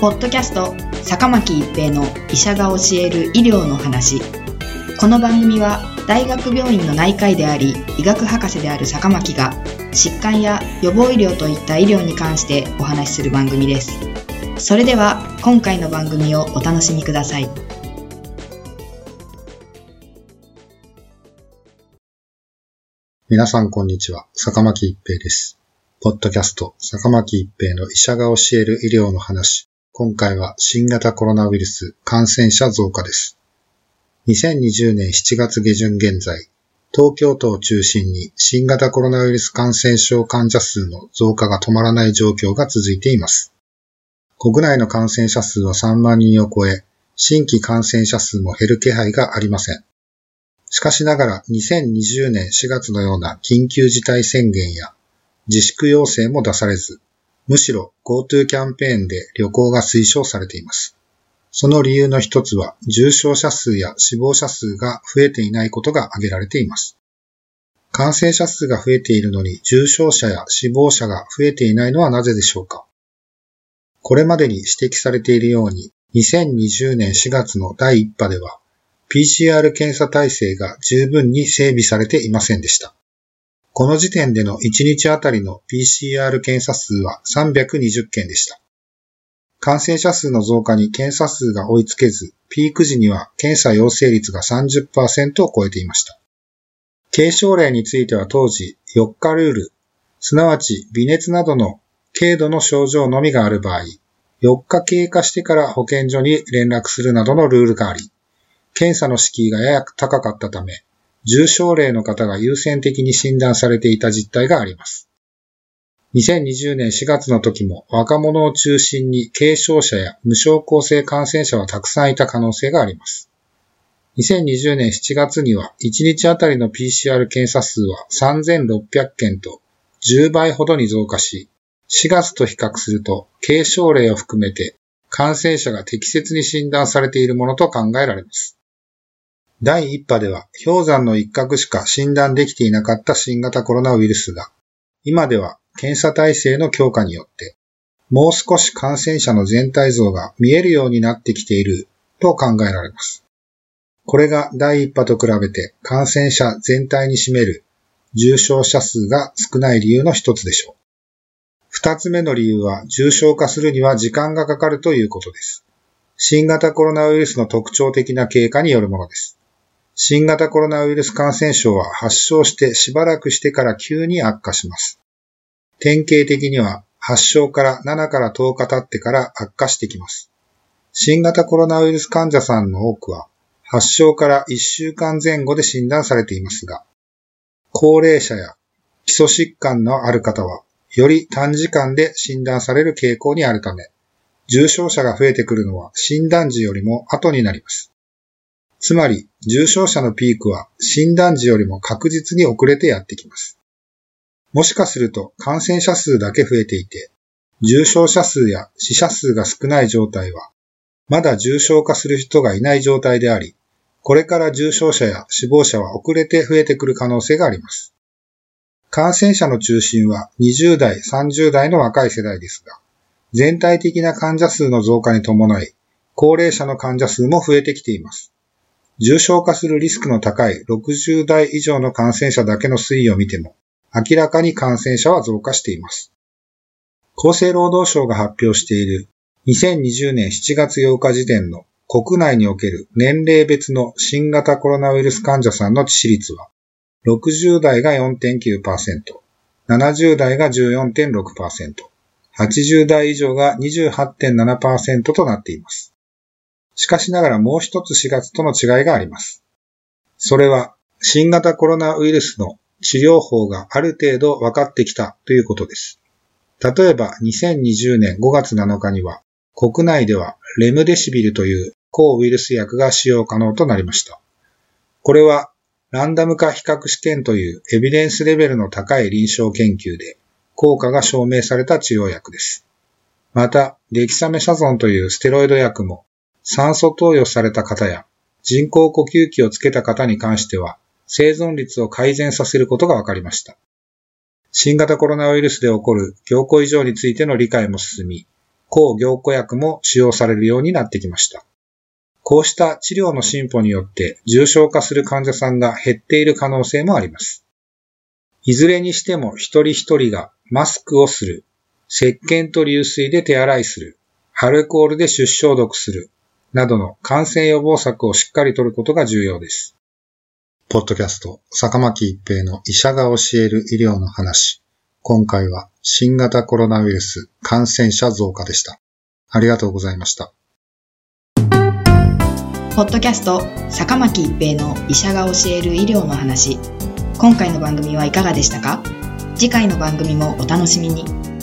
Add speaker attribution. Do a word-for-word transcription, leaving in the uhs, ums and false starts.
Speaker 1: ポッドキャスト坂巻一平の医者が教える医療の話。この番組は大学病院の内科医であり医学博士である坂巻が疾患や予防医療といった医療に関してお話しする番組です。それでは今回の番組をお楽しみください。
Speaker 2: 皆さんこんにちは、坂巻一平です。ポッドキャスト坂巻一平の医者が教える医療の話。今回は新型コロナウイルス感染者増加です。にせんにじゅうねんしちがつげじゅん現在、東京都を中心に新型コロナウイルス感染症患者数の増加が止まらない状況が続いています。国内の感染者数はさんまんにんを超え、新規感染者数も減る気配がありません。しかしながらにせんにじゅうねんしがつのような緊急事態宣言や自粛要請も出されず、むしろ GoTo キャンペーンで旅行が推奨されています。その理由の一つは重症者数や死亡者数が増えていないことが挙げられています。感染者数が増えているのに重症者や死亡者が増えていないのはなぜでしょうか。これまでに指摘されているようににせんにじゅうねんしがつのだいいっぱでは ピーシーアール 検査体制が十分に整備されていませんでした。この時点でのいちにちあたりの ピーシーアール 検査数はさんびゃくにじゅっけんでした。感染者数の増加に検査数が追いつけず、ピーク時には検査陽性率が さんじゅっパーセント を超えていました。軽症例については当時よっかルール、すなわち微熱などの軽度の症状のみがある場合、よっか経過してから保健所に連絡するなどのルールがあり、検査の敷居がやや高かったため、重症例の方が優先的に診断されていた実態があります。にせんにじゅうねんしがつの時も若者を中心に軽症者や無症候性感染者はたくさんいた可能性があります。にせんにじゅうねんしちがつにはいちにちあたりの ピーシーアール 検査数はさんぜんろっぴゃくけんとじゅうばいほどに増加し、しがつと比較すると軽症例を含めて感染者が適切に診断されているものと考えられます。だいいっぱでは氷山の一角しか診断できていなかった新型コロナウイルスが、今では検査体制の強化によって、もう少し感染者の全体像が見えるようになってきていると考えられます。これがだいいっぱと比べて感染者全体に占める重症者数が少ない理由の一つでしょう。二つ目の理由は重症化するには時間がかかるということです。新型コロナウイルスの特徴的な経過によるものです。新型コロナウイルス感染症は発症してしばらくしてから急に悪化します。典型的には発症からななからとおか経ってから悪化してきます。新型コロナウイルス患者さんの多くは発症からいっしゅうかんぜん後で診断されていますが、高齢者や基礎疾患のある方はより短時間で診断される傾向にあるため、重症者が増えてくるのは診断時よりも後になります。つまり、重症者のピークは診断時よりも確実に遅れてやってきます。もしかすると感染者数だけ増えていて、重症者数や死者数が少ない状態は、まだ重症化する人がいない状態であり、これから重症者や死亡者は遅れて増えてくる可能性があります。感染者の中心はにじゅうだい、さんじゅうだいの若い世代ですが、全体的な患者数の増加に伴い、高齢者の患者数も増えてきています。重症化するリスクの高いろくじゅうだい以上の感染者だけの推移を見ても、明らかに感染者は増加しています。厚生労働省が発表しているにせんにじゅうねんしちがつようか時点の国内における年齢別の新型コロナウイルス患者さんの致死率は、ろくじゅうだいが よんてんきゅうパーセント、ななじゅうだいが じゅうよんてんろくパーセント、はちじゅうだい以上が にじゅうはちてんななパーセント となっています。しかしながらもう一つしがつとの違いがあります。それは新型コロナウイルスの治療法がある程度分かってきたということです。例えばにせんにじゅうねんごがつなのかには国内ではレムデシビルという抗ウイルス薬が使用可能となりました。これはランダム化比較試験というエビデンスレベルの高い臨床研究で効果が証明された治療薬です。また、デキサメサゾンというステロイド薬も酸素投与された方や人工呼吸器をつけた方に関しては生存率を改善させることが分かりました。新型コロナウイルスで起こる凝固異常についての理解も進み、 抗凝固薬も使用されるようになってきました。こうした治療の進歩によって重症化する患者さんが減っている可能性もあります。いずれにしても一人一人がマスクをする、石鹸と流水で手洗いする、アルコールで手指消毒する、などの感染予防策をしっかり取ることが重要です。 ポッドキャスト、坂巻一平の医者が教える医療の話。今回は新型コロナウイルス感染者増加でした。ありがとうございました。
Speaker 1: ポッドキャスト、坂巻一平の医者が教える医療の話。今回の番組はいかがでしたか？次回の番組もお楽しみに。